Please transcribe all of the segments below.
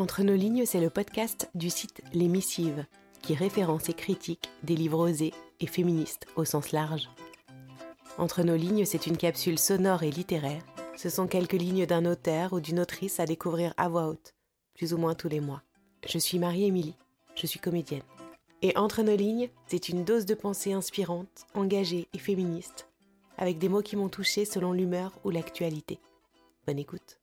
Entre nos lignes, c'est le podcast du site Les Missives, qui référence et critique des livres osés et féministes au sens large. Entre nos lignes, c'est une capsule sonore et littéraire. Ce sont quelques lignes d'un auteur ou d'une autrice à découvrir à voix haute, plus ou moins tous les mois. Je suis Marie-Émilie, je suis comédienne. Et Entre nos lignes, c'est une dose de pensée inspirante, engagée et féministe, avec des mots qui m'ont touchée selon l'humeur ou l'actualité. Bonne écoute.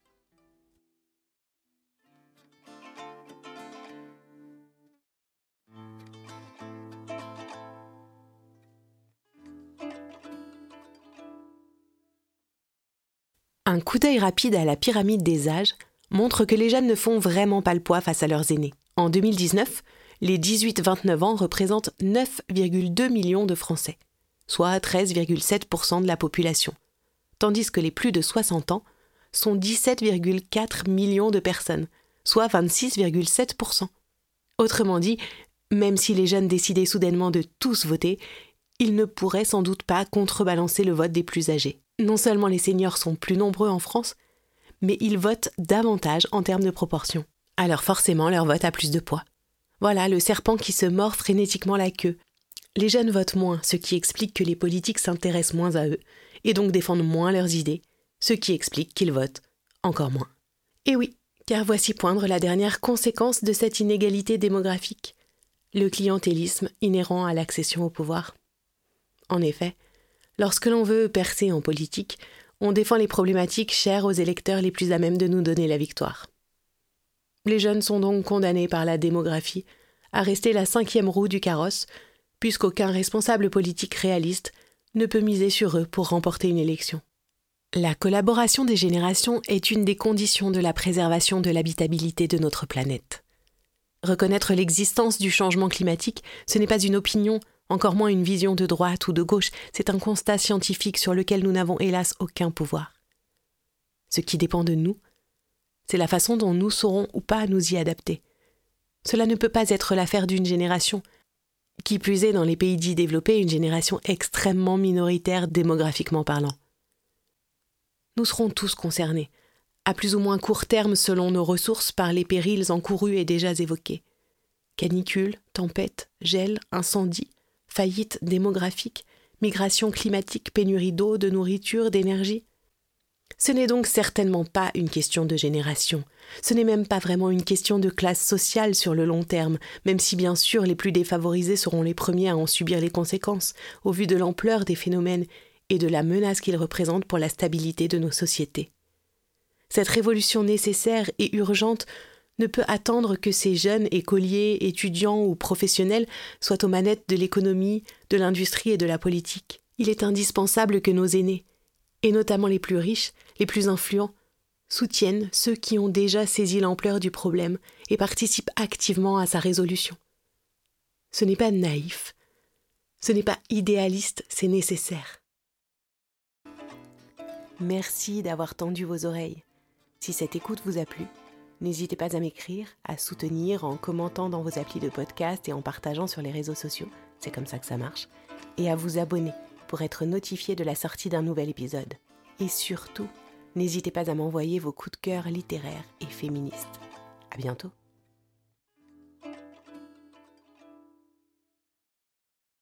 Un coup d'œil rapide à la pyramide des âges montre que les jeunes ne font vraiment pas le poids face à leurs aînés. En 2019, les 18-29 ans représentent 9,2 millions de Français, soit 13,7% de la population, tandis que les plus de 60 ans sont 17,4 millions de personnes, soit 26,7%. Autrement dit, même si les jeunes décidaient soudainement de tous voter, ils ne pourraient sans doute pas contrebalancer le vote des plus âgés. Non seulement les seniors sont plus nombreux en France, mais ils votent davantage en termes de proportion. Alors forcément, leur vote a plus de poids. Voilà le serpent qui se mord frénétiquement la queue. Les jeunes votent moins, ce qui explique que les politiques s'intéressent moins à eux, et donc défendent moins leurs idées, ce qui explique qu'ils votent encore moins. Et oui, car voici poindre la dernière conséquence de cette inégalité démographique, le clientélisme inhérent à l'accession au pouvoir. En effet, lorsque l'on veut percer en politique, on défend les problématiques chères aux électeurs les plus à même de nous donner la victoire. Les jeunes sont donc condamnés par la démographie à rester la 5e roue du carrosse, puisqu'aucun responsable politique réaliste ne peut miser sur eux pour remporter une élection. La collaboration des générations est une des conditions de la préservation de l'habitabilité de notre planète. Reconnaître l'existence du changement climatique, ce n'est pas une opinion, encore moins une vision de droite ou de gauche, c'est un constat scientifique sur lequel nous n'avons hélas aucun pouvoir. Ce qui dépend de nous, c'est la façon dont nous saurons ou pas nous y adapter. Cela ne peut pas être l'affaire d'une génération, qui plus est dans les pays dits développés, une génération extrêmement minoritaire démographiquement parlant. Nous serons tous concernés, à plus ou moins court terme selon nos ressources par les périls encourus et déjà évoqués. Canicules, tempêtes, gel, incendies, faillite démographique, migration climatique, pénurie d'eau, de nourriture, d'énergie. Ce n'est donc certainement pas une question de génération. Ce n'est même pas vraiment une question de classe sociale sur le long terme, même si bien sûr les plus défavorisés seront les premiers à en subir les conséquences, au vu de l'ampleur des phénomènes et de la menace qu'ils représentent pour la stabilité de nos sociétés. Cette révolution nécessaire et urgente ne peut attendre que ces jeunes écoliers, étudiants ou professionnels soient aux manettes de l'économie, de l'industrie et de la politique. Il est indispensable que nos aînés, et notamment les plus riches, les plus influents, soutiennent ceux qui ont déjà saisi l'ampleur du problème et participent activement à sa résolution. Ce n'est pas naïf, ce n'est pas idéaliste, c'est nécessaire. Merci d'avoir tendu vos oreilles. Si cette écoute vous a plu, n'hésitez pas à m'écrire, à soutenir en commentant dans vos applis de podcast et en partageant sur les réseaux sociaux, c'est comme ça que ça marche, et à vous abonner pour être notifié de la sortie d'un nouvel épisode. Et surtout, n'hésitez pas à m'envoyer vos coups de cœur littéraires et féministes. À bientôt.